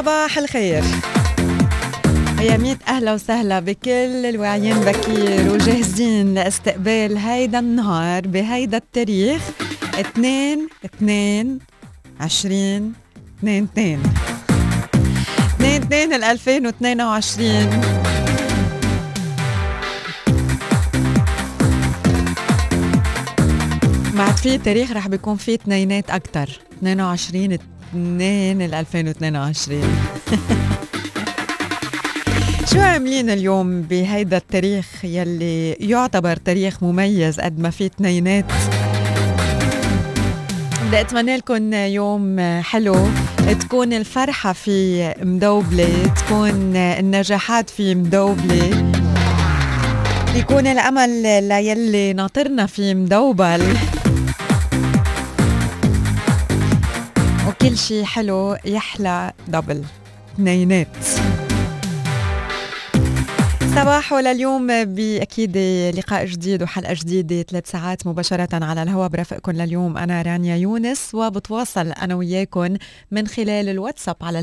صباح الخير، يا ميت أهلا وسهلا بكل الواعيين بكير وجاهزين لاستقبال هيدا النهار بهيدا التاريخ 2/2/2022 ما عاد في تاريخ رح بيكون فيه اثنينات أكتر. 22/2/2022 شو عاملين اليوم بهيدا التاريخ يلي يعتبر تاريخ مميز قد ما فيه اثنينات؟ بدي أتمنى لكم يوم حلو، تكون الفرحة فيه مدوبلة، تكون النجاحات فيه مدوبلة، يكون الأمل ليلي ناطرنا فيه مدوبل، وكل شي حلو يحلى دبل اثنينات. صباحو لليوم بأكيد لقاء جديد وحلقة جديدة 3 ساعات مباشرة على الهواء برافقكم لليوم. أنا رانيا يونس، وبتواصل أنا وياكم من خلال الواتساب على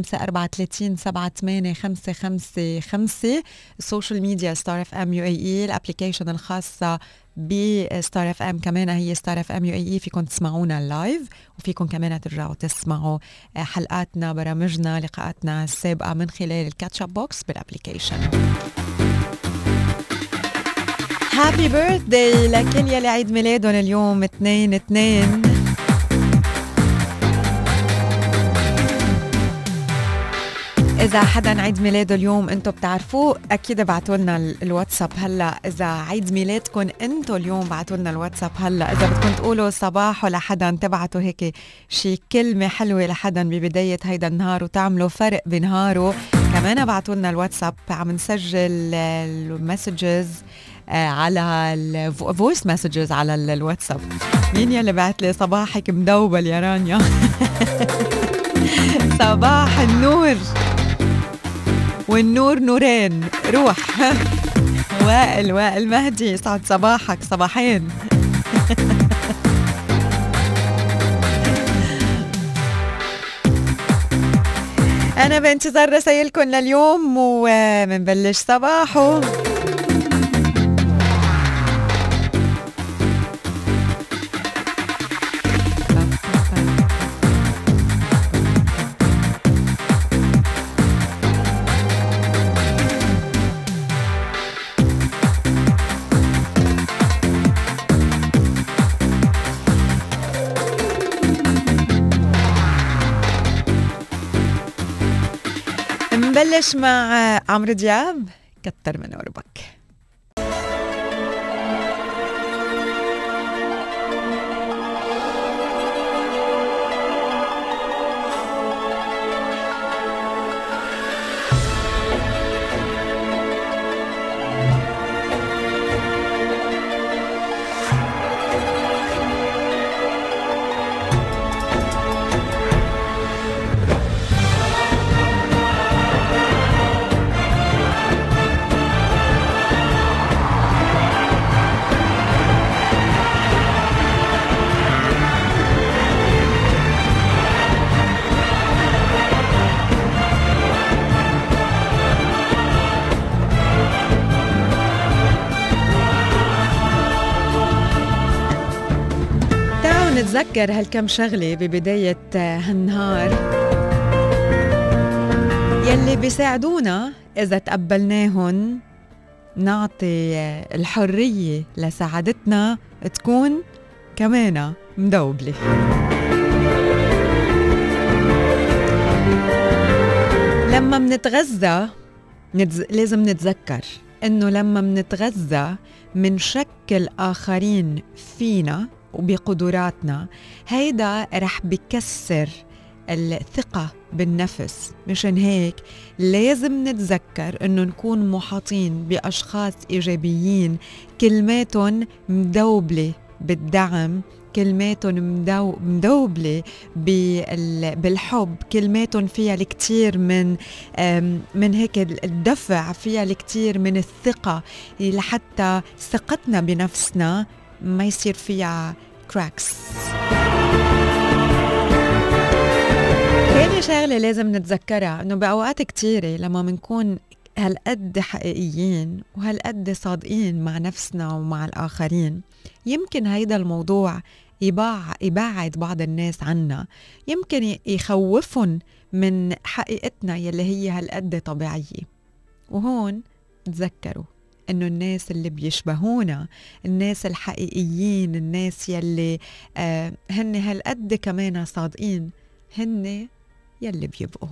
0543785555، السوشيال ميديا ستار اف ام يو اي اي، الابليكيشن الخاصة بستار اف ام كمان هي ستار اف ام يو اي اي، فيكم تسمعونا لايف وفيكم كمان ترجعوا تسمعوا حلقاتنا برامجنا لقاءاتنا السابقة من خلال الكاتشاب بوكس بالابليكيشن. هابي بيرثداي لكل يلي عيد ميلادهم اليوم 2/2. إذا حدا عيد ميلاده اليوم أنتو بتعرفوه أكيد بعتوا لنا الواتساب هلا. إذا عيد ميلادكم أنتو اليوم بعتوا لنا الواتساب هلا. إذا بدكم تقولوا صباحو لحدا، تبعتوا هيك شي كلمة حلوة لحدا ببداية هيدا النهار وتعملوا فرق بنهاره، كمان بعتوا لنا الواتساب. عم نسجل المسجز على الفويس مسجز على الواتساب. مين يلي بعت لي صباحك مدوبل يا رانيا؟ صباح النور، والنور نورين روح. وائل مهدي، سعد صباحك، صباحين. أنا بانتظار رسائلكم لليوم ومنبلش صباحو. نبلش مع عمرو دياب، كتر من قربك. نتذكر هالكم شغلة ببداية هالنهار يلي بيساعدونا إذا تقبلناهن نعطي الحرية لسعادتنا تكون كمان مدوبلة. لما منتغذى لازم نتذكر إنه لما منتغذى من شكل آخرين فينا وبقدراتنا، هيدا رح بكسر الثقة بالنفس. مشان هيك لازم نتذكر انه نكون محاطين بأشخاص إيجابيين، كلماتهم مدوبلة بالدعم، كلماتهم مدوبلة بالحب، كلماتهم فيها الكتير من هيك الدفع، فيها الكتير من الثقة لحتى ثقتنا بنفسنا ما يصير فيها كراكس. كان في شغلة لازم نتذكرها، إنه بأوقات كتيرة لما منكون هالقد حقيقيين وهالقد صادقين مع نفسنا ومع الآخرين، يمكن هيدا الموضوع يبعد بعض الناس عنا، يمكن يخوفهم من حقيقتنا يلي هي هالقد طبيعية. وهون تذكروا إنه الناس اللي بيشبهونا، الناس الحقيقيين، الناس يلي هن هالقد كمان صادقين، هن يلي بيبقوا.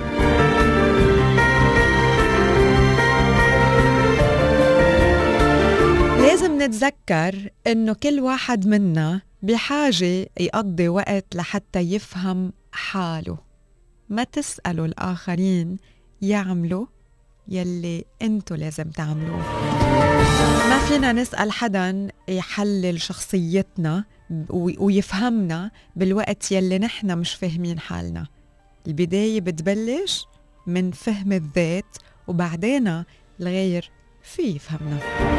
لازم نتذكر إنه كل واحد منا بحاجة يقضي وقت لحتى يفهم حاله. ما تسألوا الآخرين يعملوا يلي انتو لازم تعملوه. ما فينا نسأل حدا يحلل شخصيتنا ويفهمنا بالوقت يلي نحن مش فاهمين حالنا. البداية بتبلش من فهم الذات، وبعدين الغير في يفهمنا.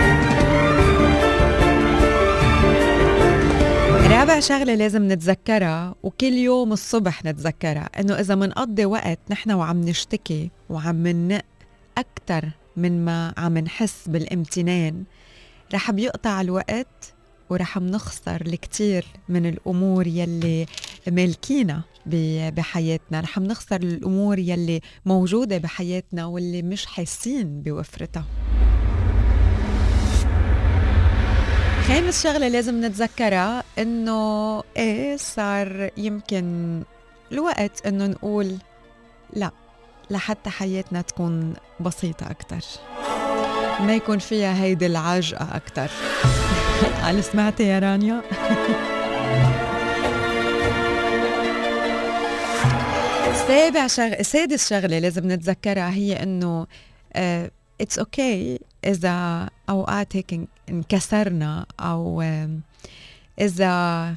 رابع شغلة لازم نتذكرها وكل يوم الصبح نتذكرها، إنه إذا منقضي وقت نحن وعم نشتكي وعم ننق أكتر من ما عم نحس بالامتنان، رح بيقطع الوقت ورح منخسر الكتير من الأمور يلي مالكينا بحياتنا، رح منخسر الأمور يلي موجودة بحياتنا واللي مش حاسين بوفرتها. خامس شغلة لازم نتذكرها إنه صار يمكن الوقت إنه نقول لا، لحتى حياتنا تكون بسيطة أكتر، ما يكون فيها هيدي العجقة أكتر. على سمعتي يا رانيا؟ سادس شغلة لازم نتذكرها هي إنه it's okay إذا أوقات هيك انكسرنا، أو إذا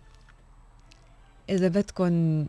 بدكن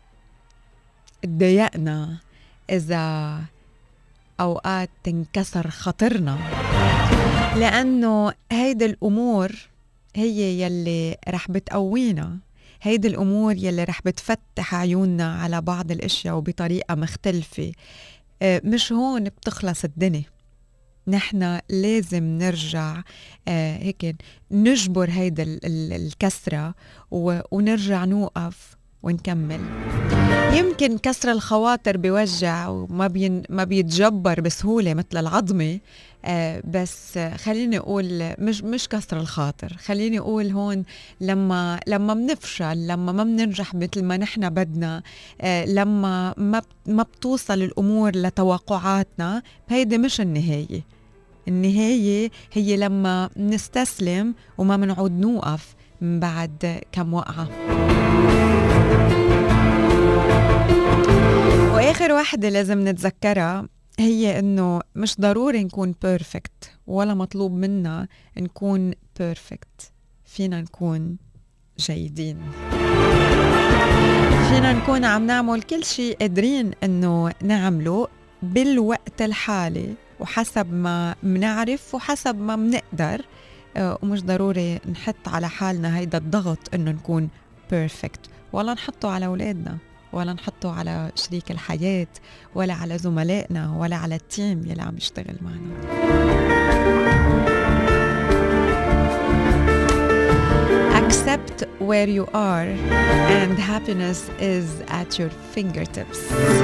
اتضايقنا، إذا أوقات تنكسر خاطرنا، لأنه هيدي الأمور هي يلي رح بتقوينا، هيدي الأمور يلي رح بتفتح عيوننا على بعض الأشياء وبطريقة مختلفة. مش هون بتخلص الدنيا، نحن لازم نرجع هيك نجبر هيدا الكسرة ونرجع نوقف ونكمل. يمكن كسر الخواطر بيوجع وما بيتجبر بسهولة مثل العظمة، بس خليني أقول مش كسر الخاطر، خليني أقول هون لما منفشل، لما ما بننجح مثل ما نحن بدنا، لما ما بتوصل الأمور لتوقعاتنا، هيدي مش النهاية. النهاية هي لما نستسلم وما منعود نوقف من بعد كم وقعة. وآخر واحدة لازم نتذكرها هي إنه مش ضروري نكون بيرفكت، ولا مطلوب منا نكون بيرفكت. فينا نكون جيدين، فينا نكون عم نعمل كل شيء قادرين إنه نعمله بالوقت الحالي وحسب ما منعرف وحسب ما منقدر، ومش ضروري نحط على حالنا هيدا الضغط إنه نكون بيرفكت، ولا نحطه على أولادنا، ولا نحطه على شريك الحياة، ولا على زملائنا، ولا على التيم يلي عم يشتغل معنا. Accept where you are and happiness is at your fingertips.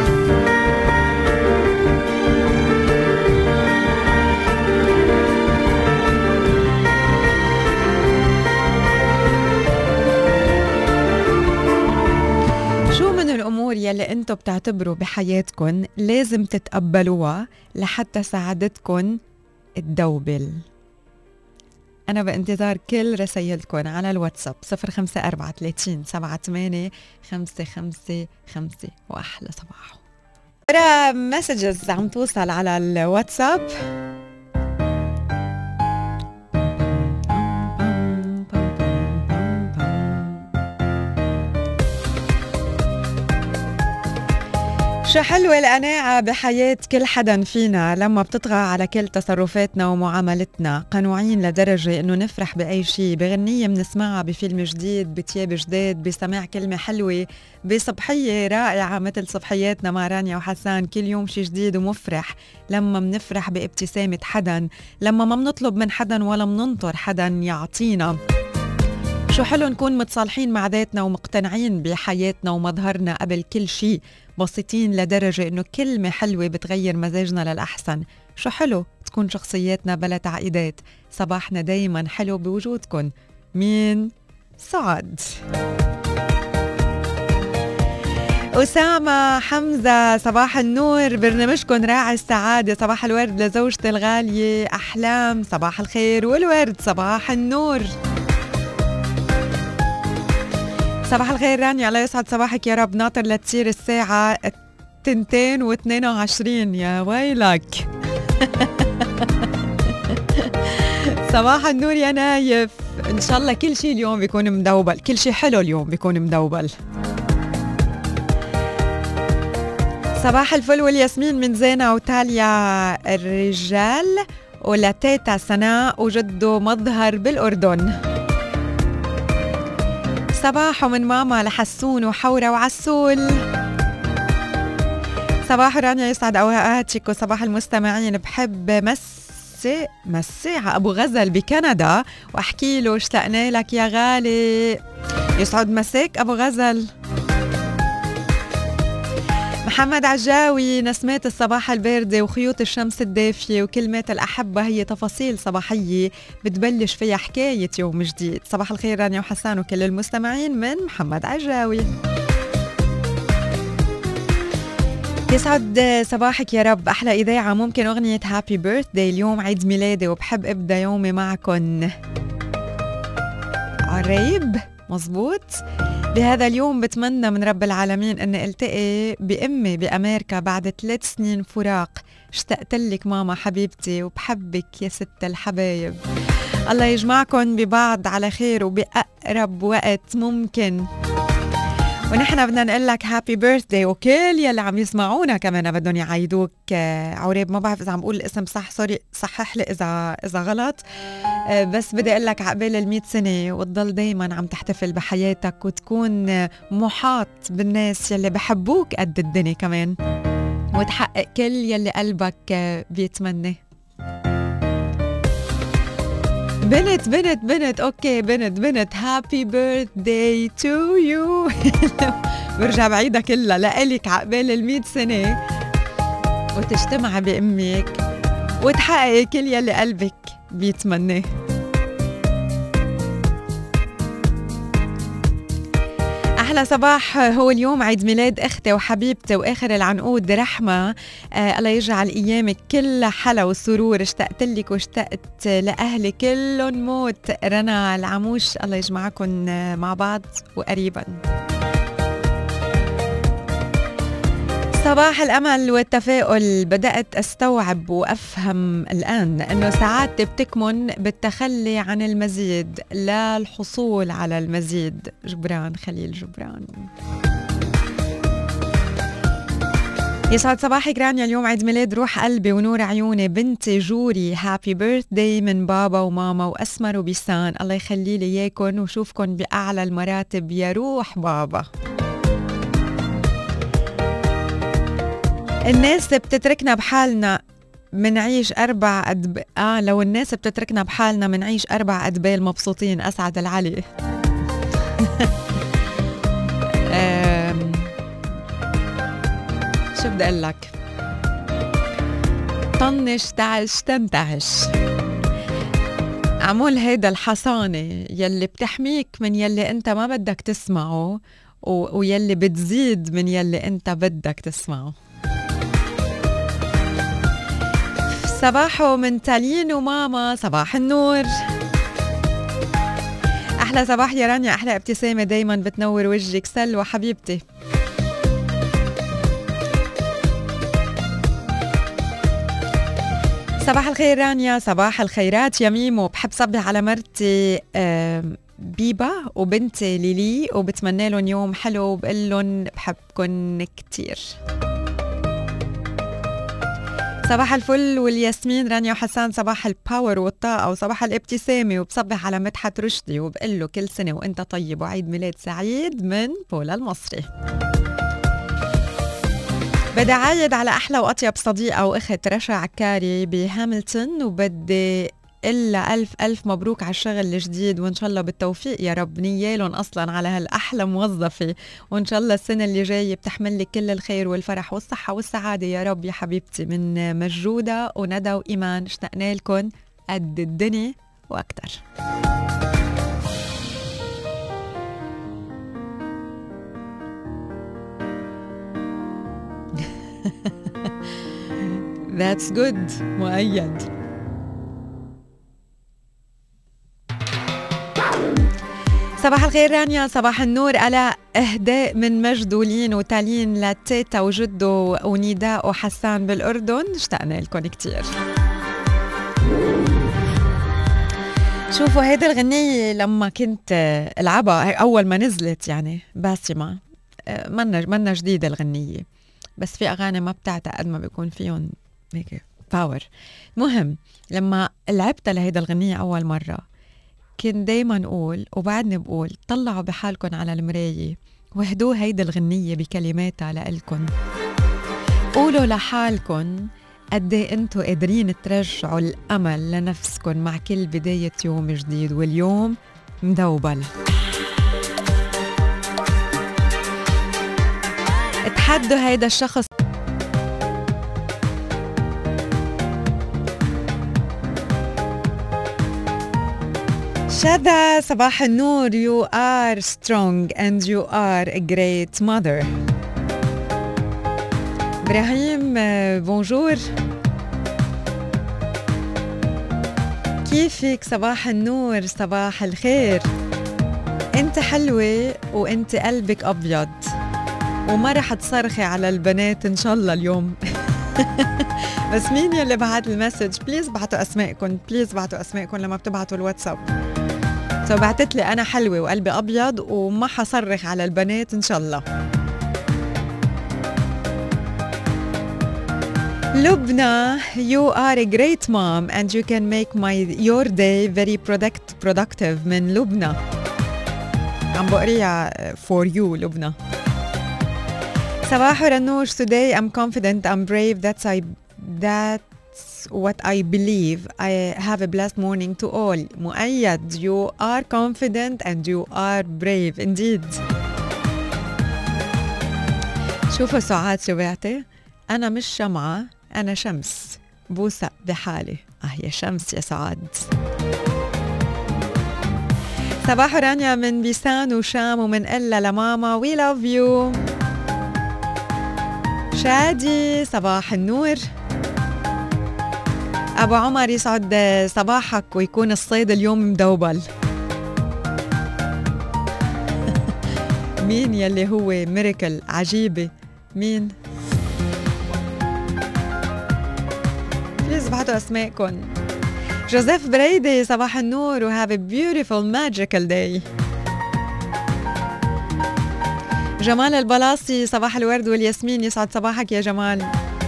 الأمور يلي أنتو بتعتبروا بحياتكن لازم تتقبلوها لحتى ساعدتكن تدوبل. أنا بانتظار كل رسائلكن على الواتساب 0543785555. وأحلى صباح. ترى مسجز عم توصل على الواتساب. شو حلوة القناعة بحياة كل حدا فينا لما بتطغى على كل تصرفاتنا ومعاملتنا، قنوعين لدرجة انه نفرح بأي شيء، بغنية منسمعها، بفيلم جديد، بتياب جديد، بسماع كلمة حلوة، بصبحية رائعة مثل صبحياتنا مع رانيا وحسان، كل يوم شي جديد ومفرح. لما منفرح بابتسامة حدا، لما ما منطلب من حدا ولا مننطر حدا يعطينا. شو حلو نكون متصالحين مع ذاتنا ومقتنعين بحياتنا ومظهرنا قبل كل شيء، بسيطين لدرجة إنه كلمة حلوة بتغير مزاجنا للأحسن. شو حلو تكون شخصياتنا بلا تعقيدات. صباحنا دايما حلو بوجودكن. مين؟ سعد. أسامة حمزة صباح النور، برنامجكن راعي السعادة. صباح الورد لزوجتي الغالية أحلام، صباح الخير والورد، صباح النور. صباح الخير رانيا، الله يسعد صباحك يا رب. ناطر لتصير الساعة 2:22. يا ويلك. صباح النور يا نايف، إن شاء الله كل شيء اليوم بيكون مدوبل، كل شيء حلو اليوم بيكون مدوبل. صباح الفل والياسمين من زينة وتاليا الرجال ولتيتا سناء وجدو مظهر بالأردن. صباح من ماما لحسون وحورة وعسول. صباح رانيا يسعد أوقاتك وصباح المستمعين. بحب مسي على أبو غزل بكندا وأحكي له اشتقنا لك يا غالي. يسعد مساك أبو غزل. محمد عجاوي، نسمات الصباح الباردة وخيوط الشمس الدافية وكلمات الأحبة هي تفاصيل صباحية بتبلش فيها حكاية يوم جديد. صباح الخير رانيا وحسان وكل المستمعين من محمد عجاوي. يسعد صباحك يا رب. أحلى إذاعة، ممكن أغنية هابي بيرثداي، اليوم عيد ميلادي وبحب أبدأ يومي معكن. عريب مزبوط. بهذا اليوم بتمنى من رب العالمين أن التقي بأمي بأمريكا بعد 3 سنين فراق. اشتقت لك ماما حبيبتي وبحبك يا ست الحبايب. الله يجمعكم ببعض على خير وبأقرب وقت ممكن. ونحن بدنا نقول لك هابي بيرثداي، وكل يلي عم يسمعونا كمان بدهم يعيدوك. عريب ما بعرف اذا عم بقول الاسم صح، سوري صحح لي اذا غلط. بس بدي اقول لك عقبال 100 سنه وتضل دايما عم تحتفل بحياتك وتكون محاط بالناس يلي بحبوك قد الدنيا كمان، وتحقق كل يلي قلبك بيتمناه. بنت اوكي، بنت هابي بيرثداي تو يو. برجع بعيدها كلها لإلك عقبال 100 سنة وتجتمع بأمك وتحققي كل يلي قلبك بيتمناه. أحلى صباح. هو اليوم عيد ميلاد أختي وحبيبتي وآخر العنقود رحمة. الله يجعل أيامك كلها حلا وسرور. اشتقت لك واشتقت لأهلي كلهم موت. رنا العموش، الله يجمعكم مع بعض وقريبا. صباح الأمل والتفاؤل. بدأت أستوعب وأفهم الآن أنه سعادتي بتكمن بالتخلي عن المزيد لا الحصول على المزيد. جبران، خليل جبران. يسعد صباحك رانيا، اليوم عيد ميلاد روح قلبي ونور عيوني بنتي جوري. هابي بيرثداي من بابا وماما وأسمر وبيسان. الله يخلي لي إياكن وشوفكن بأعلى المراتب يا روح بابا. الناس بتتركنا بحالنا منعيش 4 لو الناس بتتركنا بحالنا منعيش 4 أدبال مبسوطين. أسعد العلي. شو بدي أقول لك؟ طنش تعش تنتعش. عمول هيدا الحصانة يلي بتحميك من يلي انت ما بدك تسمعه ويلي بتزيد من يلي انت بدك تسمعه. صباحو من تالين وماما، صباح النور. أحلى صباح يا رانيا، أحلى ابتسامة دايما بتنور وجهك. سلوى حبيبتي. صباح الخير رانيا، صباح الخيرات يا ميمو. بحب صبح على مرتي بيبا وبنتي ليلي وبتمنى لهم يوم حلو وبقول لهم بحبكن كتير. صباح الفل والياسمين رانيا وحسان، صباح الباور والطاقة وصباح الابتسامة، وبصبح على مدحت رشدي وبقول له كل سنة وانت طيب وعيد ميلاد سعيد من بولا المصري. بدي عايد على أحلى وأطيب صديقة وأخت رشا عكاري بهاملتون، وبدي إلا ألف ألف مبروك على الشغل الجديد، وإن شاء الله بالتوفيق يا رب. نيالهم أصلا على هالأحلى موظفة، وإن شاء الله السنة اللي جاية بتحمل لك كل الخير والفرح والصحة والسعادة يا رب يا حبيبتي. من مجودة وندى وإيمان، اشتقنا لكم قد الدنيا وأكتر. That's good. مؤيد. صباح الخير رانيا، صباح النور. على إهداء من مجدولين وتالين لتيتا وجدو ونداء وحسان بالأردن، اشتقنا لكم كتير. شوفوا هيدا الغنية لما كنت ألعبها أول ما نزلت، يعني باسمة منا جديدة الغنية، بس في أغاني ما بتعتقد ما بيكون فيهم هيك باور. مهم لما لعبت لهيدا الغنية أول مرة كنت دايما أقول وبعدني بقول طلعوا بحالكن على المراية وهدوا هيدا الغنية بكلماتها لإلكن، قولوا لحالكن قدي انتو قادرين ترجعوا الأمل لنفسكن مع كل بداية يوم جديد، واليوم مدوبل. اتحدوا هيدا الشخص. شذا صباح النور. You are strong and you are a great mother. إبراهيم بونجور، كيفك؟ صباح النور صباح الخير. انت حلوة وانت قلبك أبيض وما رح تصرخي على البنات إن شاء الله اليوم. بس مين يلي بعت المسج؟ بليز بعتوا أسمائكم، بليز بعتوا أسمائكم لما بتبعتوا الواتساب. بعتت لي أنا حلوة وقلبي أبيض وما حصرخ على البنات إن شاء الله. لبنى you are a great mom and you can make your day very productive. من لبنى عم بقريها for you لبنى. صباح رنوش. today I'm confident I'm brave that's what I believe. I have a blessed morning to all. مؤيد you are confident and you are brave indeed. شوفوا سعاد شو بعتي، أنا مش شمعة أنا شمس بوثق بحالي. يا شمس يا سعاد. صباح رانيا من بيسان وشام ومن إلا لماما we love you. شادي صباح النور. أبو عمر يسعد صباحك ويكون الصيد اليوم مدوبل. مين يلي هو ميريكل عجيبة؟ مين؟ بليز بعتوا أسمائكم. جوزيف بريدي صباح النور و have a beautiful magical day. جمال البلاصي صباح الورد والياسمين، يسعد صباحك يا جمال.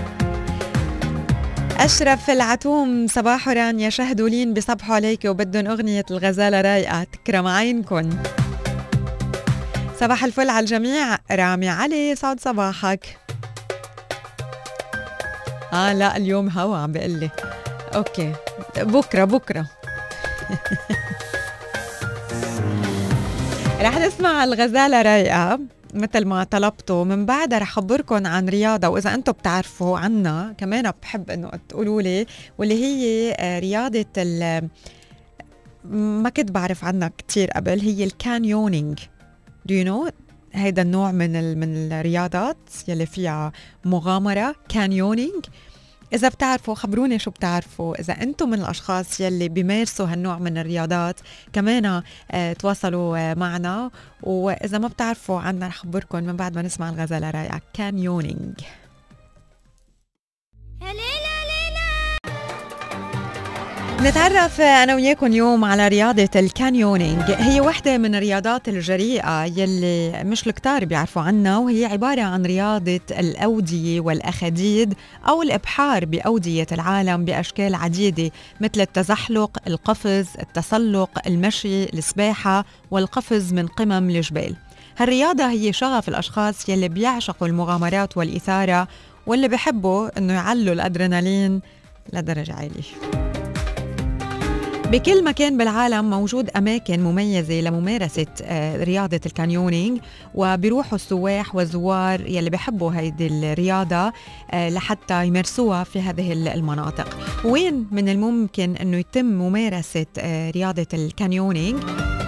أشرف العتوم صباح رانيا، شهدوا لين بصبحوا عليك وبدن أغنية الغزالة رايقة تكرم عينكن. صباح الفل على الجميع. رامي علي يسعد صباحك. لا اليوم هوا عم بقلي. اوكي بكرة رح نسمع الغزالة رايقة مثل ما طلبتوا. من بعدها رح خبركن عن رياضة، وإذا أنتم بتعرفوا عنها كمان بحب أنه تقولوا لي، واللي هي رياضة ما كنت بعرف عنها كتير قبل، هي الكانيونينج. Do you know؟ هيدا النوع من الرياضات يلي فيها مغامرة، كانيونينج. إذا بتعرفوا خبروني شو بتعرفوا. إذا أنتم من الأشخاص يلي بيمارسوا هالنوع من الرياضات كمان تواصلوا معنا، وإذا ما بتعرفوا عنا رح خبركن من بعد ما نسمع الغزالة رايقة كانيونينج. نتعرف أنا وياكم اليوم على رياضة الكانيونينج. هي واحدة من الرياضات الجريئة يلي مش الكتار بيعرفوا عنها، وهي عبارة عن رياضة الأودية والأخاديد أو الإبحار بأودية العالم بأشكال عديدة، مثل التزحلق، القفز، التسلق، المشي، السباحة والقفز من قمم الجبال. هالرياضة هي شغف الأشخاص يلي بيعشقوا المغامرات والإثارة، واللي بيحبوا إنه يعلوا الأدرينالين لدرجة عالية. بكل مكان بالعالم موجود أماكن مميزة لممارسة رياضة الكانيونينج، وبيروحوا السواح والزوار يلي بيحبوا هيدي الرياضة لحتى يمارسوها في هذه المناطق. وين من الممكن أنه يتم ممارسة رياضة الكانيونينج؟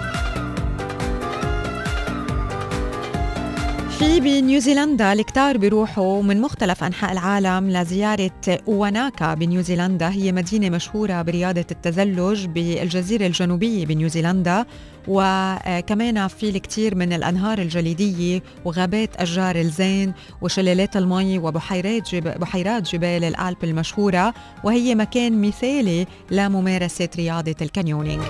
في بنيوزيلندا الكتار بيروحوا من مختلف أنحاء العالم لزيارة واناكا بنيوزيلندا. هي مدينة مشهورة برياضة التزلج بالجزيرة الجنوبية بنيوزيلندا، وكمان في الكثير من الأنهار الجليدية وغابات أشجار الزين وشلالات المي وبحيرات جبال الألب المشهورة، وهي مكان مثالي لممارسة رياضة الكانيونينج.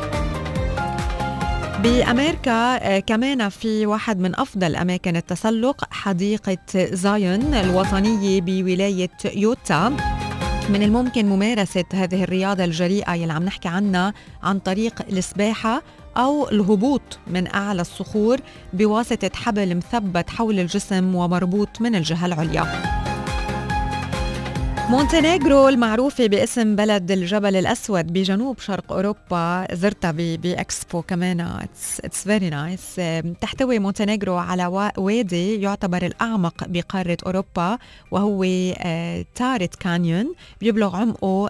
بأمريكا كمان في واحد من أفضل أماكن التسلق، حديقة زايون الوطنية بولاية يوتا. من الممكن ممارسة هذه الرياضة الجريئة يلي عم نحكي عنها عن طريق السباحة أو الهبوط من أعلى الصخور بواسطة حبل مثبت حول الجسم ومربوط من الجهة العليا. مونتينيغرو المعروفة باسم بلد الجبل الأسود بجنوب شرق أوروبا، زرتها بإكسبو كمان. It's very nice. تحتوي مونتينيغرو على وادي يعتبر الأعمق بقارة أوروبا، وهو تارت كانيون، بيبلغ عمقه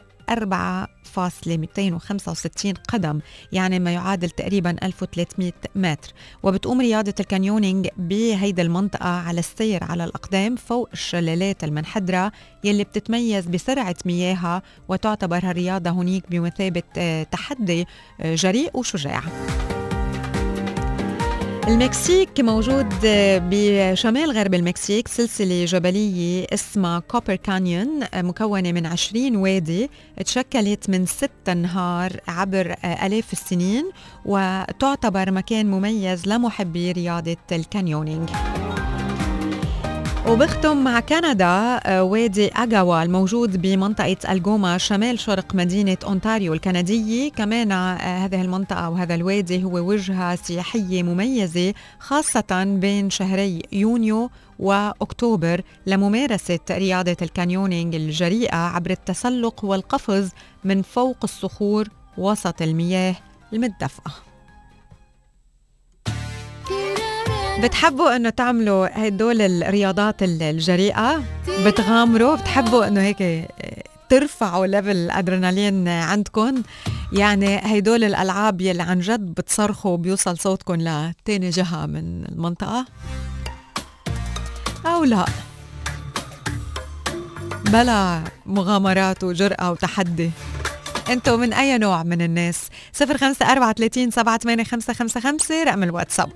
4.265 قدم، يعني ما يعادل تقريبا 1300 متر. وبتقوم رياضة الكانيونينج بهيدا المنطقة على السير على الأقدام فوق الشلالات المنحدرة يلي بتتميز بسرعة مياهها، وتعتبر هالرياضة هناك بمثابة تحدي جريء وشجاع. المكسيك موجود بشمال غرب المكسيك سلسلة جبلية اسمها كوبر كانيون، مكونة من 20 وادي تشكلت من 6 أنهار عبر آلاف السنين، وتعتبر مكان مميز لمحبي رياضة الكانيونينج. وبختم مع كندا، وادي أغاوا الموجود بمنطقة ألغوما شمال شرق مدينة أونتاريو الكندية. كمان هذه المنطقة وهذا الوادي هو وجهة سياحية مميزة، خاصة بين شهري يونيو وأكتوبر، لممارسة رياضة الكانيونينج الجريئة عبر التسلق والقفز من فوق الصخور وسط المياه المتدفقة. بتحبوا انه تعملوا هدول الرياضات الجريئة؟ بتغامروا؟ بتحبوا انه هيك ترفعوا ليفل الادرينالين عندكم؟ يعني هدول الالعاب يلي عن جد بتصرخوا وبيوصل صوتكم لتاني جهة من المنطقة؟ او لا بلا مغامرات وجرأة وتحدي؟ انتوا من اي نوع من الناس؟ 0543 رقم الواتساب.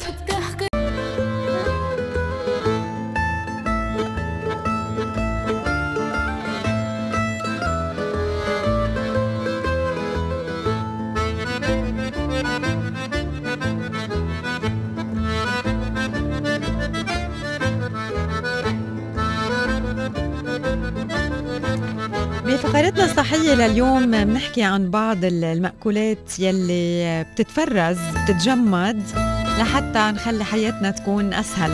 بفقرتنا الصحية لليوم بنحكي عن بعض المأكولات يلي بتتفرز بتتجمد لحتى نخلي حياتنا تكون أسهل.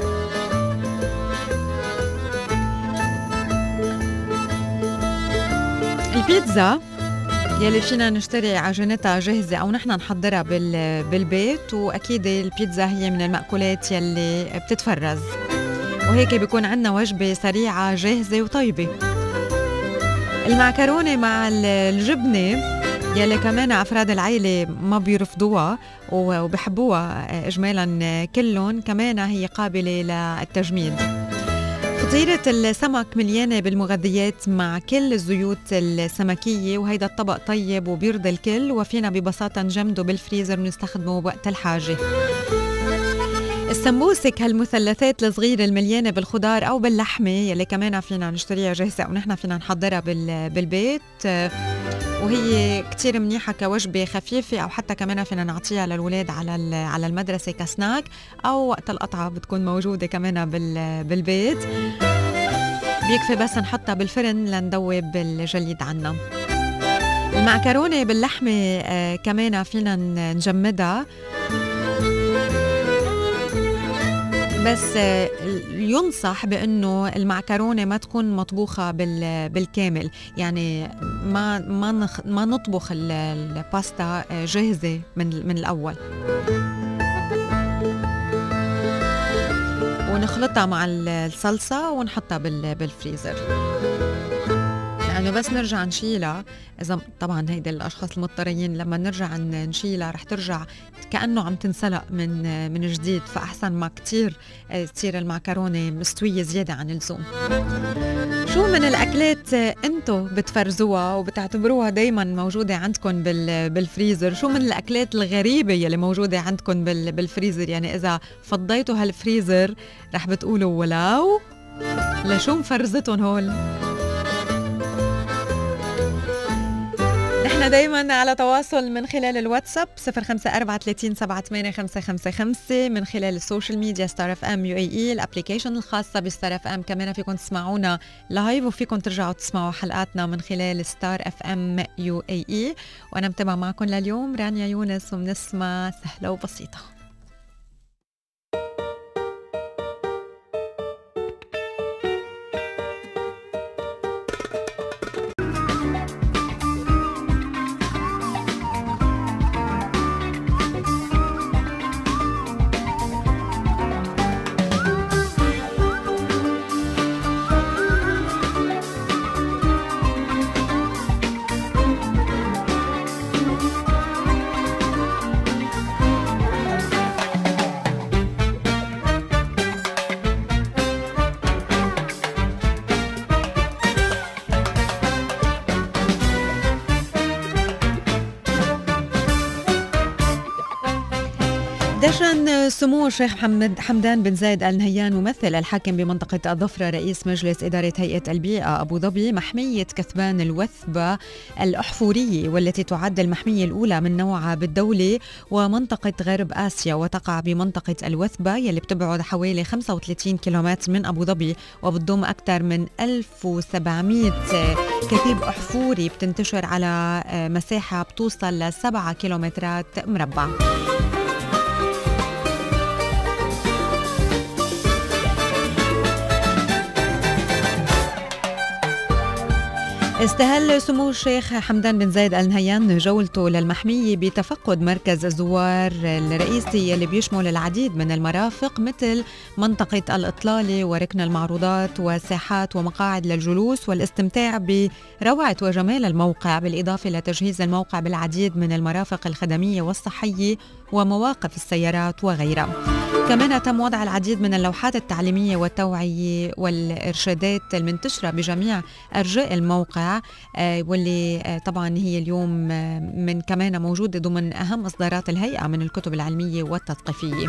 البيتزا يلي فينا نشتري عجينتها جاهزة أو نحن نحضرها بالبيت، وأكيد البيتزا هي من المأكولات يلي بتتفرز، وهيك بيكون عنا وجبة سريعة جاهزة وطيبة. المعكرونة مع الجبنة يلي كمان أفراد العائلة ما بيرفضوها وبحبوها إجمالا كلهم، كمان هي قابلة للتجميد. فطيرة السمك مليانة بالمغذيات مع كل الزيوت السمكية، وهيدا الطبق طيب وبيرضي الكل، وفينا ببساطة نجمده بالفريزر ونستخدمه وقت الحاجة. السمبوسك هالمثلثات الصغيرة المليانة بالخضار أو باللحمة يلي كمان فينا نشتريها جاهزة أو نحن فينا نحضرها بالبيت، وهي كتير منيحة كوجبة خفيفة، أو حتى كمان فينا نعطيها للولاد على المدرسة كسناك، أو وقت القطعة بتكون موجودة كمان بالبيت. بيكفي بس نحطها بالفرن لندوب الجليد عنا. المعكرونة باللحمة كمان فينا نجمدها، بس ينصح بأنه المعكرونة ما تكون مطبوخة بالكامل، يعني ما نطبخ الباستا جاهزة من الأول ونخلطها مع الصلصة ونحطها بالفريزر، لأنه بس نرجع نشيلها. إذا طبعا هيدا الأشخاص المضطرين لما نرجع نشيلها رح ترجع كأنه عم تنسلق من جديد، فأحسن ما كتير تصير المعكرونة مستوية زيادة عن اللزوم. شو من الأكلات أنتو بتفرزوها وبتعتبروها دايما موجودة عندكم بالفريزر؟ شو من الأكلات الغريبة يلي موجودة عندكم بالفريزر؟ يعني إذا فضيتوا هالفريزر رح بتقولوا ولو لشو مفرزتهم هول؟ نحن دايما على تواصل من خلال الواتساب 0543378555، من خلال السوشيال ميديا ستار اف ام UAE، الابليكيشن الخاصة بستار اف ام كمان فيكم تسمعونا لايف، وفيكم ترجعوا تسمعوا حلقاتنا من خلال ستار اف ام UAE. وانا متابعة معكم لليوم رانيا يونس، وبنسمع سهلة وبسيطة. دشن سمو الشيخ حمدان بن زايد آل نهيان ممثل الحاكم بمنطقة الظفرة رئيس مجلس إدارة هيئة البيئة أبو ظبي محمية كثبان الوثبة الأحفورية، والتي تعد المحمية الأولى من نوعها بالدولة ومنطقة غرب آسيا، وتقع بمنطقة الوثبة يلي بتبعد حوالي 35 كيلومتر من أبو ظبي، وبتضم أكثر من 1700 كثيب أحفوري بتنتشر على مساحة بتوصل ل7 كيلومترات مربع. استهل سمو الشيخ حمدان بن زايد آل نهيان جولته للمحمية بتفقد مركز الزوار الرئيسي اللي بيشمل العديد من المرافق مثل منطقة الإطلالة وركن المعروضات وساحات ومقاعد للجلوس والاستمتاع بروعة وجمال الموقع، بالإضافة لتجهيز الموقع بالعديد من المرافق الخدمية والصحية ومواقف السيارات وغيرها. كمان تم وضع العديد من اللوحات التعليمية والتوعية والإرشادات المنتشرة بجميع أرجاء الموقع، واللي طبعا هي اليوم من كمان موجودة ضمن أهم إصدارات الهيئة من الكتب العلمية والتثقيفية.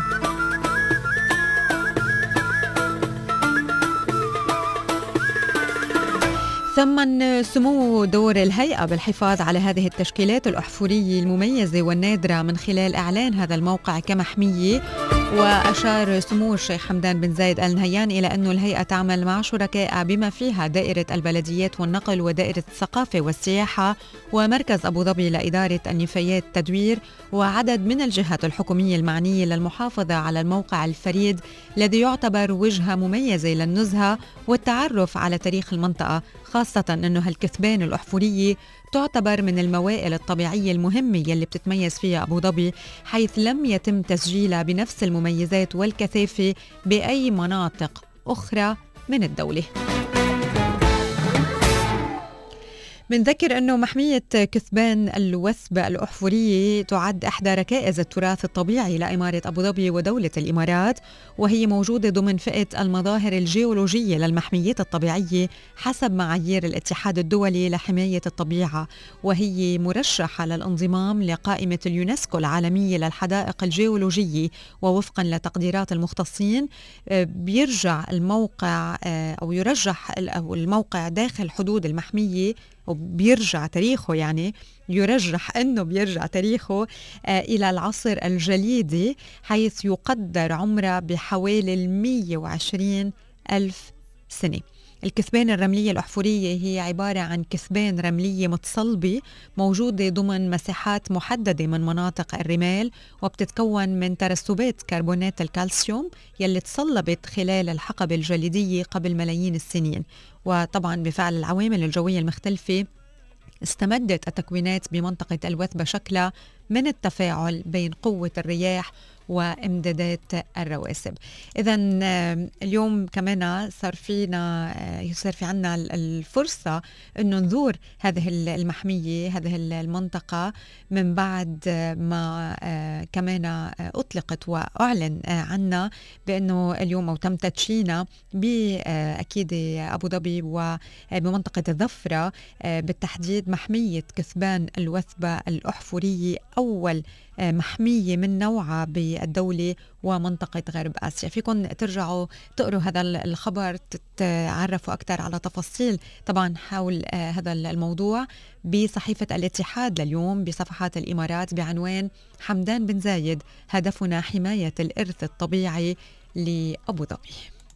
ثمن سمو دور الهيئة بالحفاظ على هذه التشكيلات الأحفورية المميزة والنادرة من خلال إعلان هذا الموقع كمحمية. وأشار سمو الشيخ حمدان بن زايد آل نهيان إلى أن الهيئة تعمل مع شركاء بما فيها دائرة البلديات والنقل ودائرة الثقافة والسياحة ومركز أبو ظبي لإدارة النفايات التدوير وعدد من الجهات الحكومية المعنية للمحافظة على الموقع الفريد الذي يعتبر وجهة مميزة للنزهة والتعرف على تاريخ المنطقة، خاصة أنه هالكثبان الأحفورية تعتبر من الموائل الطبيعية المهمة يلي بتتميز فيها أبو ظبي، حيث لم يتم تسجيلها بنفس المميزات والكثافة بأي مناطق أخرى من الدولة. بنذكر أنه محمية كثبان الوثبة الأحفورية تعد إحدى ركائز التراث الطبيعي لإمارة أبو ظبي ودولة الإمارات، وهي موجودة ضمن فئة المظاهر الجيولوجية للمحميات الطبيعية حسب معايير الاتحاد الدولي لحماية الطبيعة، وهي مرشحة للانضمام لقائمة اليونسكو العالمية للحدائق الجيولوجية. ووفقا لتقديرات المختصين بيرجع الموقع أو يرجح الموقع داخل حدود المحمية، وبيرجع تاريخه يعني يرجح أنه بيرجع تاريخه إلى العصر الجليدي، حيث يقدر عمره بحوالي 120 ألف سنة. الكثبان الرملية الأحفورية هي عبارة عن كثبان رملية متصلبة موجودة ضمن مساحات محددة من مناطق الرمال، وبتتكون من ترسبات كربونات الكالسيوم يلي تصلبت خلال الحقبة الجليدية قبل ملايين السنين. وطبعا بفعل العوامل الجوية المختلفة استمدت التكوينات بمنطقة الوثبة شكلها من التفاعل بين قوة الرياح وامدادات الرواسب. إذا اليوم كمان صار في عنا الفرصة إنه نزور هذه المحمية، هذه المنطقة، من بعد ما كمان أطلقت وأعلن عنا بأنه اليوم أو تم تدشينها بأكيد أبو ظبي وبمنطقة الظفرة بالتحديد محمية كثبان الوثبة الأحفورية، أول محمية من نوعها بالدولة ومنطقة غرب آسيا. فيكن ترجعوا تقروا هذا الخبر، تتعرفوا أكثر على تفاصيل طبعا حول هذا الموضوع بصحيفة الاتحاد لليوم بصفحات الإمارات بعنوان حمدان بن زايد هدفنا حماية الإرث الطبيعي لأبو ظبي.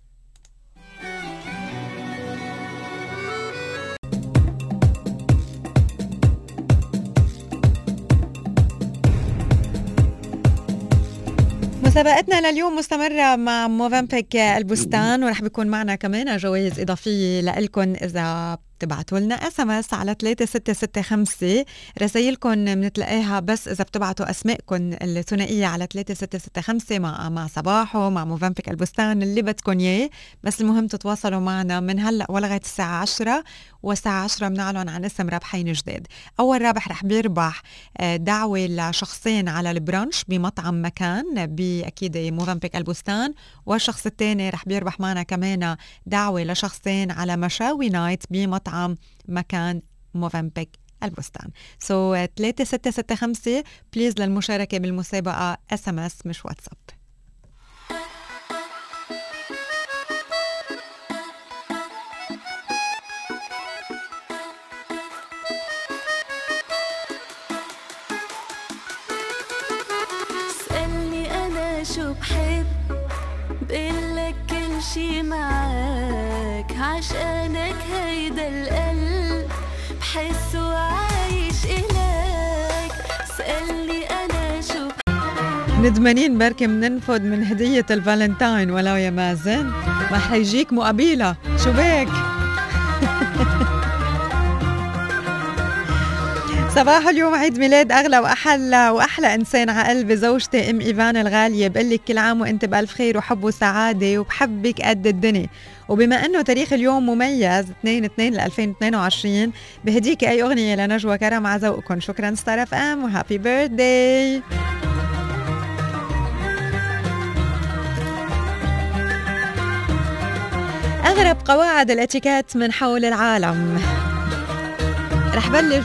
مسابقتنا لليوم مستمرة مع موفنبيك البستان، ورح بيكون معنا كمان جوائز إضافية لإلكن إذا بتبعتوا لنا SMS على 3665. رسائلكم بنتلاقيها بس إذا بتبعتوا أسماءكم الثنائية على 3665 مع صباحو مع موفنبيك البستان اللي بدكم إياه. بس المهم تتواصلوا معنا من هلأ ولغاية الساعة 10، والساعة 10 بنعلن عن اسم رابحين جداد. أول رابح رح بيربح دعوة لشخصين على البرانش بمطعم مكان بأكيد موفنبيك البستان، والشخص الثاني رح بيربح معنا كمان دعوة لشخصين على مشاوي نايت بمطعم مكان موفنبيك البستان. 3665 بليز للمشاركة بالمسابقة SMS مش واتساب. شو بحب بقلك كل شي معاك، عشانك هيدا القلب بحسه عايش إلك. سألني أنا شو ندمانين بركي مننفض من هدية الفالنتاين ولو يا مازن ما حيجيك مقابلة شو بك. صباح اليوم عيد ميلاد أغلى وأحلى إنسان على قلبي زوجتي أم إيفان الغالية، بقلك كل عام وأنت بألف خير وحب وسعادة وبحبك قد الدنيا. وبما أنه تاريخ اليوم مميز 2/2/2022 بهديكي أي أغنية لنجوى كرم على ذوقكم. شكرا ستار اف ام وهابي بيرثداي. أغرب قواعد الاتيكيت من حول العالم. رح بلش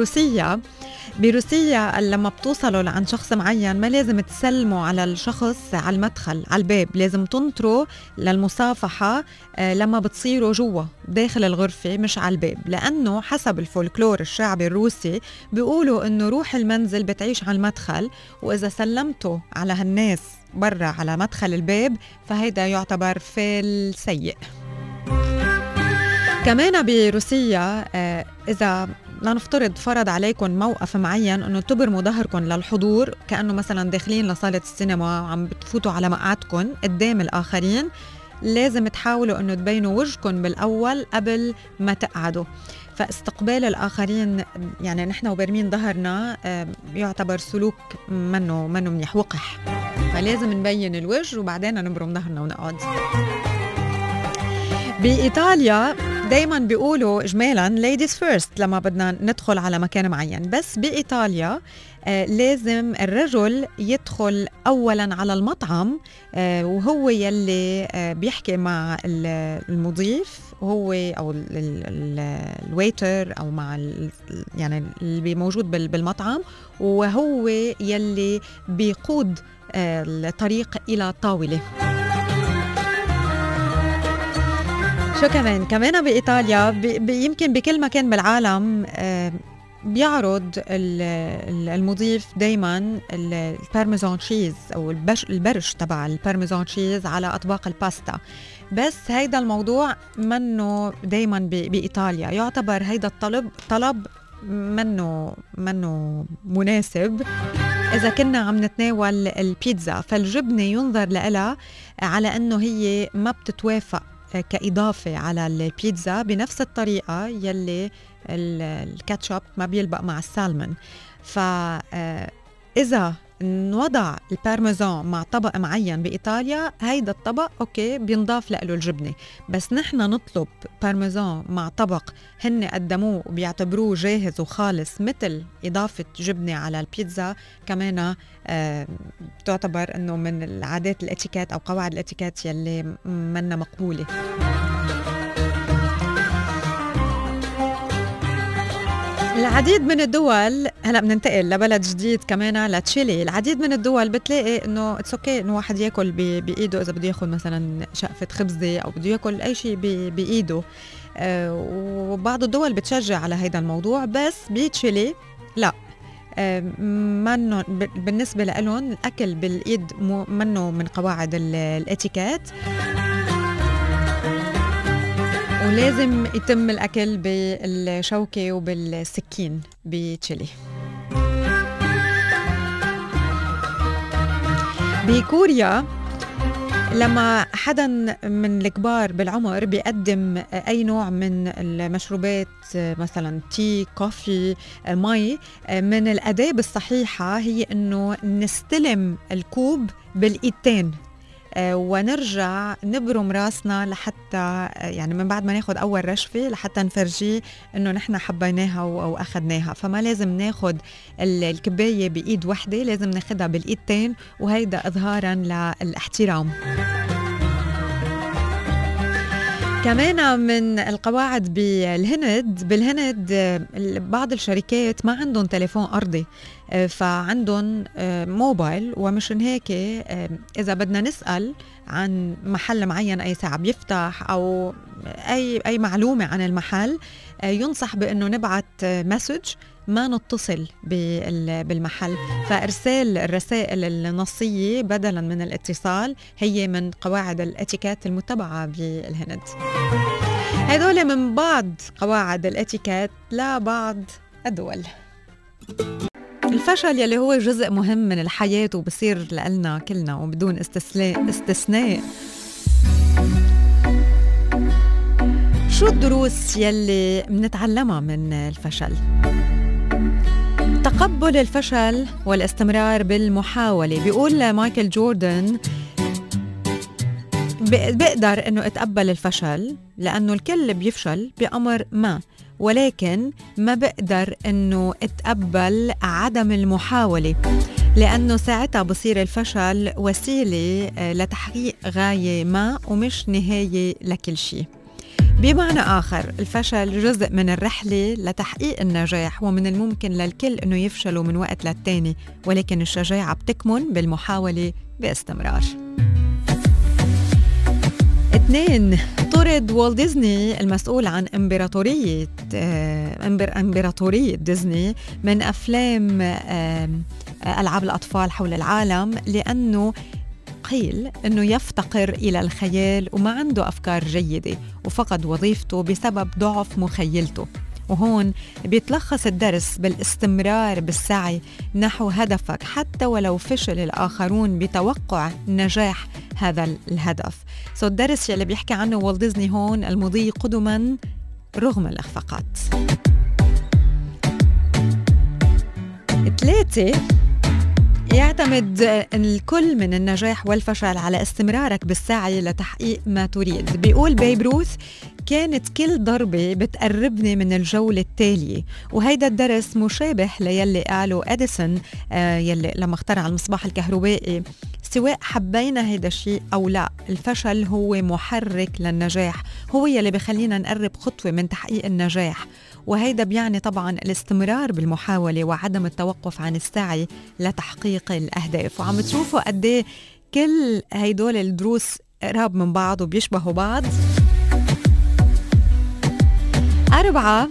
بروسيا لما بتوصلوا لعند شخص معين ما لازم تسلموا على الشخص على المدخل على الباب، لازم تنطروا للمصافحة لما بتصيروا جوا داخل الغرفة مش على الباب، لأنه حسب الفولكلور الشعبي الروسي بيقولوا إنه روح المنزل بتعيش على المدخل، وإذا سلمتوا على هالناس برا على مدخل الباب فهيدا يعتبر فعل سيء. كمان بروسيا إذا لنفترض فرض عليكم موقف معين انه تبرموا ظهركم للحضور كأنه مثلا داخلين لصالة السينما وعم بتفوتوا على مقعدكم قدام الآخرين، لازم تحاولوا انه تبينوا وجهكم بالأول قبل ما تقعدوا. فاستقبال الآخرين يعني نحن وبرمين ظهرنا يعتبر سلوك منه منيح وقح، فلازم نبين الوجه وبعدين نبرم ظهرنا ونقعد. بإيطاليا دايما بيقولوا إجمالا ladies first لما بدنا ندخل على مكان معين، بس بإيطاليا لازم الرجل يدخل أولا على المطعم وهو يلي بيحكي مع المضيف، هو أو الويتر أو مع يعني اللي موجود بالمطعم، وهو يلي بيقود الطريق إلى الطاولة. شو كمان بإيطاليا يمكن بكل مكان بالعالم بيعرض المضيف دايما البارميزان تشيز أو البرش تبع البارميزان تشيز على أطباق الباستا، بس هيدا الموضوع منه دايما بإيطاليا، يعتبر هيدا طلب منه مناسب إذا كنا عم نتناول البيتزا، فالجبنة ينظر لها على أنه هي ما بتتوافق كإضافة على البيتزا بنفس الطريقة يلي الكاتشوب ما بيلبق مع السالمون. فإذا نوضع البارميزان مع طبق معين بإيطاليا، هيدا الطبق أوكي بينضاف له الجبنة، بس نحن نطلب بارميزان مع طبق هن قدموه وبيعتبروه جاهز وخالص مثل إضافة جبنة على البيتزا، كمان تعتبر أنه من العادات الاتيكيت أو قواعد الاتيكيت يلي منا مقبولة. العديد من الدول، هلا بننتقل لبلد جديد كمان لتشيلي، العديد من الدول بتلاقي انه اتس اوكي انه واحد ياكل بايده اذا بده ياخذ مثلا شقفه خبزه او بده ياكل اي شيء بايده، وبعض الدول بتشجع على هيدا الموضوع، بس بتشيلي لا، منه بالنسبه لهم الاكل بالايد منه من قواعد الاتيكيت، ولازم يتم الأكل بالشوكة وبالسكين بتشيلي. بكوريا لما حدا من الكبار بالعمر بيقدم أي نوع من المشروبات مثلا تي، كوفي، مي، من الآداب الصحيحة هي أنه نستلم الكوب بالإيدتين ونرجع نبرم راسنا لحتى يعني من بعد ما ناخد أول رشفة لحتى نفرجيه إنه نحن حبيناها أو أخدناها. فما لازم ناخد الكباية بإيد وحدة، لازم ناخدها بالإيدتين، وهيدا إظهاراً للاحترام. كمان من القواعد بالهند بعض الشركات ما عندهم تليفون أرضي، فعندهم موبايل، ومشان هيك إذا بدنا نسأل عن محل معين أي ساعة بيفتح أو أي معلومة عن المحل، ينصح بأنه نبعت مسج، ما نتصل بالمحل. فإرسال الرسائل النصية بدلا من الاتصال هي من قواعد الاتيكيت المتبعة بالهند. هدول من بعض قواعد الاتيكيت لبعض الدول. الفشل يلي هو جزء مهم من الحياة وبصير لنا كلنا وبدون استثناء. شو الدروس يلي منتعلمها من الفشل؟ تقبل الفشل والاستمرار بالمحاولة. بيقول مايكل جوردن بقدر انه اتقبل الفشل لانه الكل بيفشل بأمر ما، ولكن ما بقدر انه اتقبل عدم المحاولة، لانه ساعتها بصير الفشل وسيلة لتحقيق غاية ما ومش نهاية لكل شيء. بمعنى آخر، الفشل جزء من الرحلة لتحقيق النجاح، ومن الممكن للكل أنه يفشلوا من وقت للتاني، ولكن الشجاعة بتكمن بالمحاولة باستمرار. 2. طرد والت ديزني المسؤول عن إمبراطورية ديزني من أفلام ألعاب الأطفال حول العالم، لأنه قيل أنه يفتقر إلى الخيال وما عنده أفكار جيدة، وفقد وظيفته بسبب ضعف مخيلته. وهون بيتلخص الدرس بالاستمرار بالسعي نحو هدفك حتى ولو فشل الآخرون بتوقع نجاح هذا الهدف. الدرس يلي بيحكي عنه والت ديزني هون المضي قدما رغم الإخفاقات. 3. يعتمد الكل من النجاح والفشل على استمرارك بالسعي لتحقيق ما تريد. بيقول بيب روث كانت كل ضربة بتقربني من الجولة التالية. وهيدا الدرس مشابه ليلي قاله أديسون يلي لما اخترع المصباح الكهربائي. سواء حبينا هيدا الشيء أو لا، الفشل هو محرك للنجاح، هو يلي بخلينا نقرب خطوة من تحقيق النجاح. وهيدا بيعني طبعا الاستمرار بالمحاولة وعدم التوقف عن السعي لتحقيق الأهداف. وعم تشوفوا قديه كل هيدول الدروس قراب من بعض وبيشبهوا بعض. 4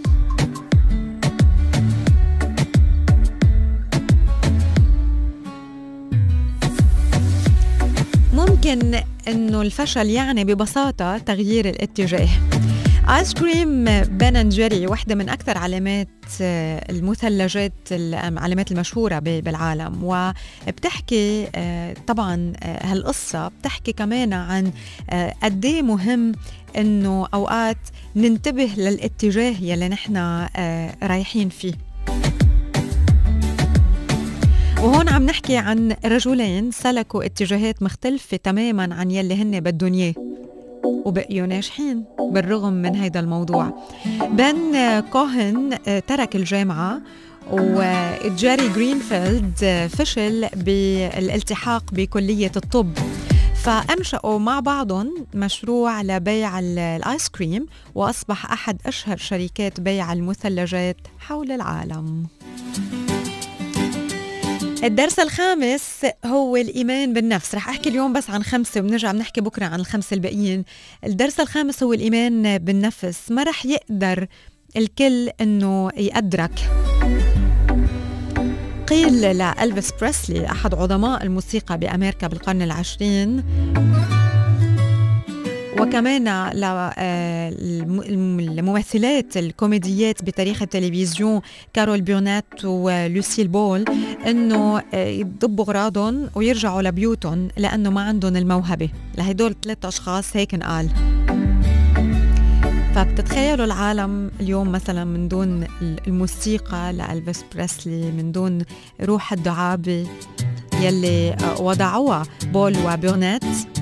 ممكن انه الفشل يعني ببساطة تغيير الاتجاه. آيس كريم بن اند جيري واحدة من أكثر علامات المثلجات، العلامات المشهورة بالعالم، وبتحكي طبعا هالقصة بتحكي كمان عن قد ايه مهم إنه أوقات ننتبه للاتجاه يلي نحن رايحين فيه. وهون عم نحكي عن رجلين سلكوا اتجاهات مختلفة تماما عن يلي هن بدهم اياه وبقيوا ناجحين بالرغم من هيدا الموضوع. بن كوهن ترك الجامعة، وجيري جرينفيلد فشل بالالتحاق بكلية الطب، فأنشأوا مع بعضهم مشروع لبيع الآيس كريم، وأصبح أحد أشهر شركات بيع المثلجات حول العالم. الدرس الخامس هو الإيمان بالنفس. رح أحكي اليوم بس عن 5 وبنرجع بنحكي بكرة عن 5 الباقيين. الدرس الخامس هو الإيمان بالنفس. ما رح يقدر الكل إنه يقدرك. قيل لألفيس بريسلي أحد عظماء الموسيقى بأمريكا بالقرن العشرين، وكمان الممثلات الكوميديات بتاريخ التلفزيون كارول بيونات ولوسيل بول، انه يضبوا اغراضهم ويرجعوا لبيوتهم لانه ما عندهم الموهبه. لهدول 3 اشخاص هيك قال. فبتتخيلوا العالم اليوم مثلا من دون الموسيقى لألفيس بريسلي، من دون روح الدعابه يلي وضعوها بول وبيونات.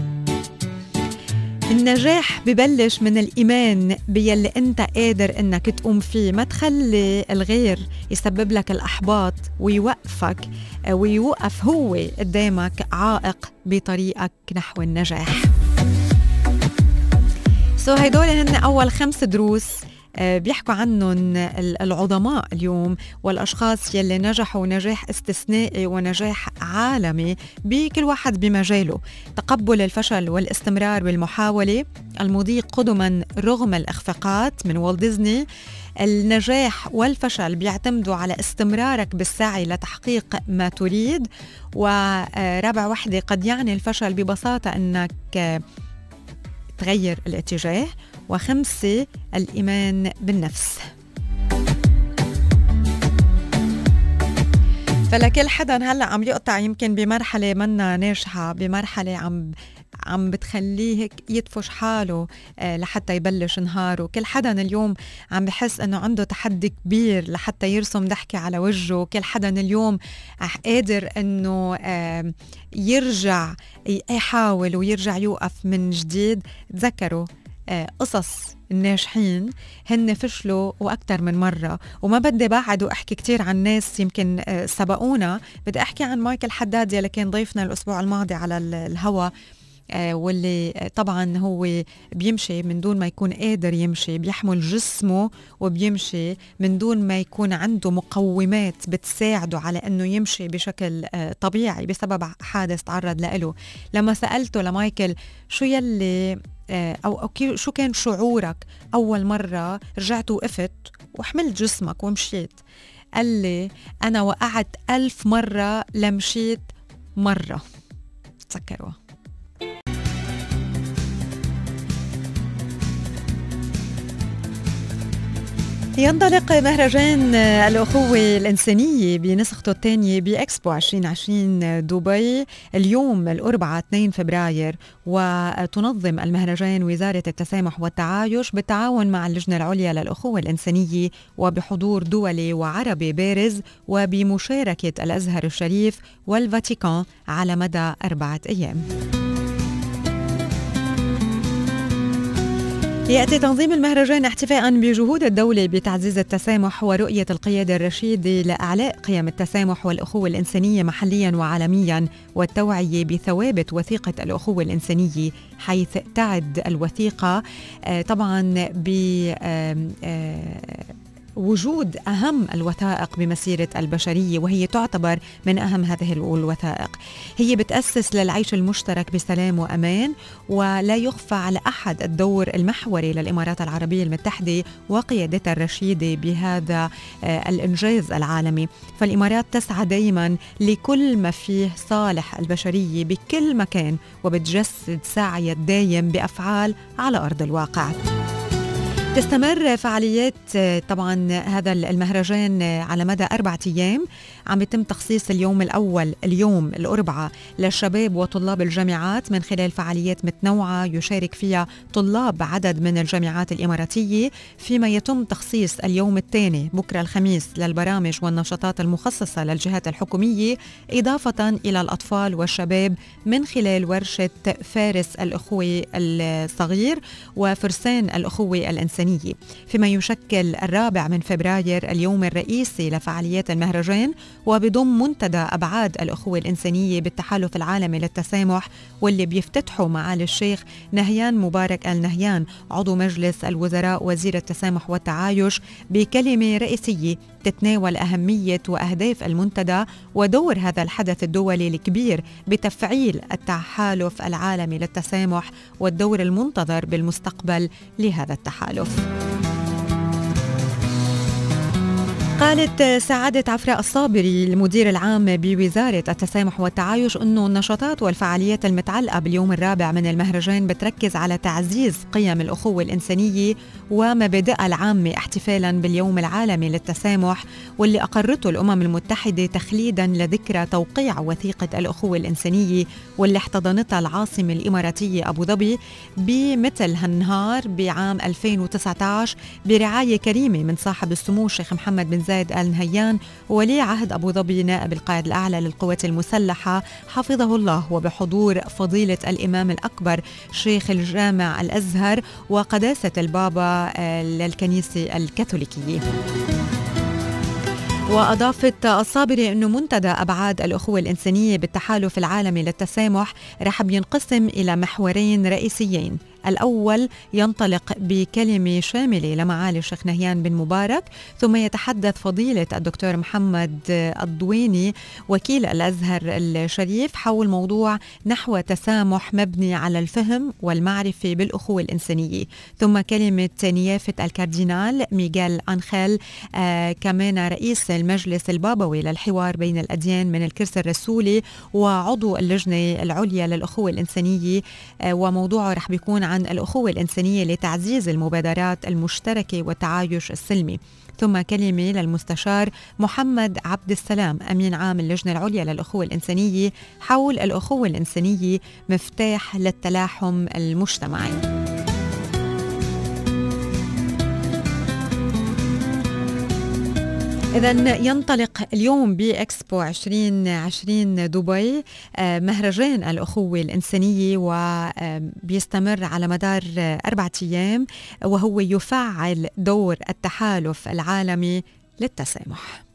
النجاح ببلش من الإيمان بيلي أنت قادر أنك تقوم فيه. ما تخلي الغير يسبب لك الأحباط ويوقفك ويوقف هو قدامك عائق بطريقك نحو النجاح. هيدول هن أول 5 دروس بيحكوا عنهم العظماء اليوم والأشخاص يلي نجحوا نجاح استثنائي ونجاح عالمي بكل واحد بمجاله. تقبل الفشل والاستمرار بالمحاولة، المضي قدما رغم الإخفاقات من والت ديزني. النجاح والفشل بيعتمدوا على استمرارك بالسعي لتحقيق ما تريد. ورابع وحدة، قد يعني الفشل ببساطة أنك تغير الاتجاه. و5 الإيمان بالنفس. فلكل حدا هلأ عم يقطع يمكن بمرحلة منا ناجحة، بمرحلة عم بتخليه هيك يدفش حاله لحتى يبلش نهاره. كل حدا اليوم عم بحس انه عنده تحدي كبير لحتى يرسم ضحكة على وجهه. كل حدا اليوم قادر انه يرجع يحاول ويرجع يوقف من جديد. تذكروا قصص الناجحين هن فشلوا وأكتر من مرة. وما بدي بعد وأحكي كتير عن ناس يمكن سبقونا. بدي أحكي عن مايكل حداد يلي كان ضيفنا الأسبوع الماضي على الهوا، واللي طبعا هو بيمشي من دون ما يكون قادر يمشي، بيحمل جسمه وبيمشي من دون ما يكون عنده مقومات بتساعده على انه يمشي بشكل طبيعي بسبب حادث تعرض له. لما سألته لمايكل شو يلي أو شو كان شعورك أول مرة رجعت وقفت وحملت جسمك ومشيت، قال لي أنا وقعت 1000 مرة لمشيت مرة. تذكروها. ينطلق مهرجان الأخوة الإنسانية بنسخته الثانية بإكسبو 2020 دبي اليوم الأربعاء 2 فبراير، وتنظم المهرجان وزارة التسامح والتعايش بالتعاون مع اللجنة العليا للأخوة الإنسانية وبحضور دولي وعربي بارز وبمشاركة الأزهر الشريف والفاتيكان على مدى 4 أيام. يأتي تنظيم المهرجان احتفاء بجهود الدولة بتعزيز التسامح ورؤية القيادة الرشيدة لإعلاء قيم التسامح والأخوة الإنسانية محليا وعالميا والتوعية بثوابت وثيقة الأخوة الإنسانية، حيث تعد الوثيقة طبعا وجود أهم الوثائق بمسيرة البشرية، وهي تعتبر من أهم هذه الوثائق. هي بتأسس للعيش المشترك بسلام وأمان، ولا يخفى على أحد الدور المحوري للإمارات العربية المتحدة وقيادتها الرشيدة بهذا الإنجاز العالمي. فالإمارات تسعى دائما لكل ما فيه صالح البشرية بكل مكان، وبتجسد سعيها الدايم بأفعال على أرض الواقع. تستمر فعاليات طبعا هذا المهرجان على مدى 4 أيام. عم يتم تخصيص اليوم الأول اليوم الأربعاء للشباب وطلاب الجامعات من خلال فعاليات متنوعة يشارك فيها طلاب عدد من الجامعات الإماراتية، فيما يتم تخصيص اليوم الثاني بكرة الخميس للبرامج والنشاطات المخصصة للجهات الحكومية، إضافة إلى الأطفال والشباب من خلال ورشة فارس الأخوة الصغير وفرسان الأخوة الإنسانية، فيما يشكل 4 من فبراير اليوم الرئيسي لفعاليات المهرجان، وبضم منتدى أبعاد الأخوة الإنسانية بالتحالف العالمي للتسامح، واللي بيفتتحه معالي الشيخ نهيان مبارك النهيان عضو مجلس الوزراء وزير التسامح والتعايش بكلمة رئيسية تتناول أهمية وأهداف المنتدى ودور هذا الحدث الدولي الكبير بتفعيل التحالف العالمي للتسامح والدور المنتظر بالمستقبل لهذا التحالف. قالت سعادة عفراء الصابري المدير العام بوزارة التسامح والتعايش أنه النشاطات والفعاليات المتعلقة باليوم الرابع من المهرجان بتركز على تعزيز قيم الأخوة الإنسانية ومبادئها العامة احتفالا باليوم العالمي للتسامح، واللي أقرته الأمم المتحدة تخليدا لذكرى توقيع وثيقة الأخوة الإنسانية، واللي احتضنتها العاصمة الإماراتية أبو ظبي بمثل هالنهار بعام 2019 برعاية كريمة من صاحب السمو الشيخ محمد بن زايد آل نهيان ولي عهد أبو ظبي نائب القائد الأعلى للقوات المسلحة حفظه الله، وبحضور فضيلة الإمام الأكبر شيخ الجامع الأزهر وقداسة البابا للكنيسة الكاثوليكية. وأضافت الصابري أنه منتدى أبعاد الأخوة الإنسانية بالتحالف العالمي للتسامح رح بينقسم إلى محورين رئيسيين. الأول ينطلق بكلمة شاملة لمعالي الشيخ نهيان بن مبارك، ثم يتحدث فضيلة الدكتور محمد الضويني وكيل الأزهر الشريف حول موضوع نحو تسامح مبني على الفهم والمعرفة بالأخوة الإنسانية، ثم كلمة نيافة الكاردينال ميغيل أنخيل كمان رئيس المجلس البابوي للحوار بين الأديان من الكرسي الرسولي وعضو اللجنة العليا للأخوة الإنسانية، وموضوعه رح بيكون عن الأخوة الإنسانية لتعزيز المبادرات المشتركة والتعايش السلمي، ثم كلمة للمستشار محمد عبد السلام أمين عام اللجنة العليا للأخوة الإنسانية حول الأخوة الإنسانية مفتاح للتلاحم المجتمعي. إذن ينطلق اليوم بإكسبو 2020 دبي مهرجان الأخوة الإنسانية، وبيستمر على مدار 4 أيام، وهو يفعل دور التحالف العالمي للتسامح.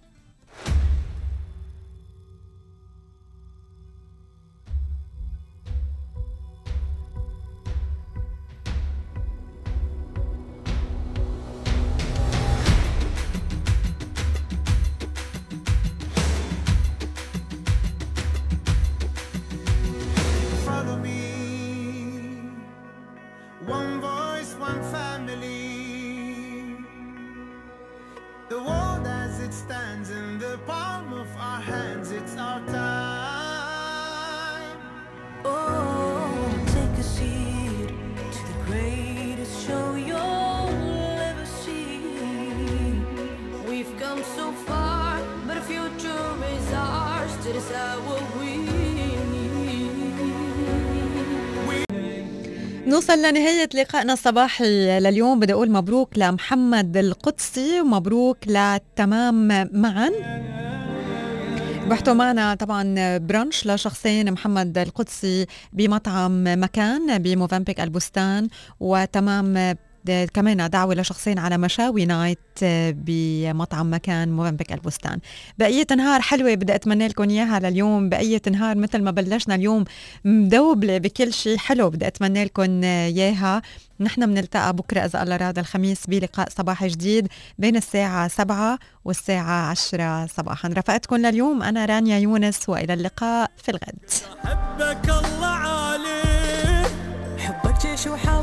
نوصل لنهاية لقائنا الصباحي لليوم. بدي أقول مبروك لمحمد القدسي ومبروك لتمام معا. ربحتوا معنا طبعا برانش لشخصين، محمد القدسي بمطعم مكان بموفنبيك البستان، وتمام كمان دعوة لشخصين على مشاوي نايت بمطعم مكان موفنبيك البستان. بقية نهار حلوة بدي أتمنى لكم إياها لليوم. بقية نهار مثل ما بلشنا اليوم مدوبلة بكل شيء حلو بدي أتمنى لكم إياها. نحن بنلتقى بكرة إذا الله راد الخميس بلقاء صباحي جديد بين الساعة 7 والساعة 10 صباحا. رفقتكم لليوم أنا رانيا يونس، وإلى اللقاء في الغد. حبك الله عالي، حبك جيش وحالي.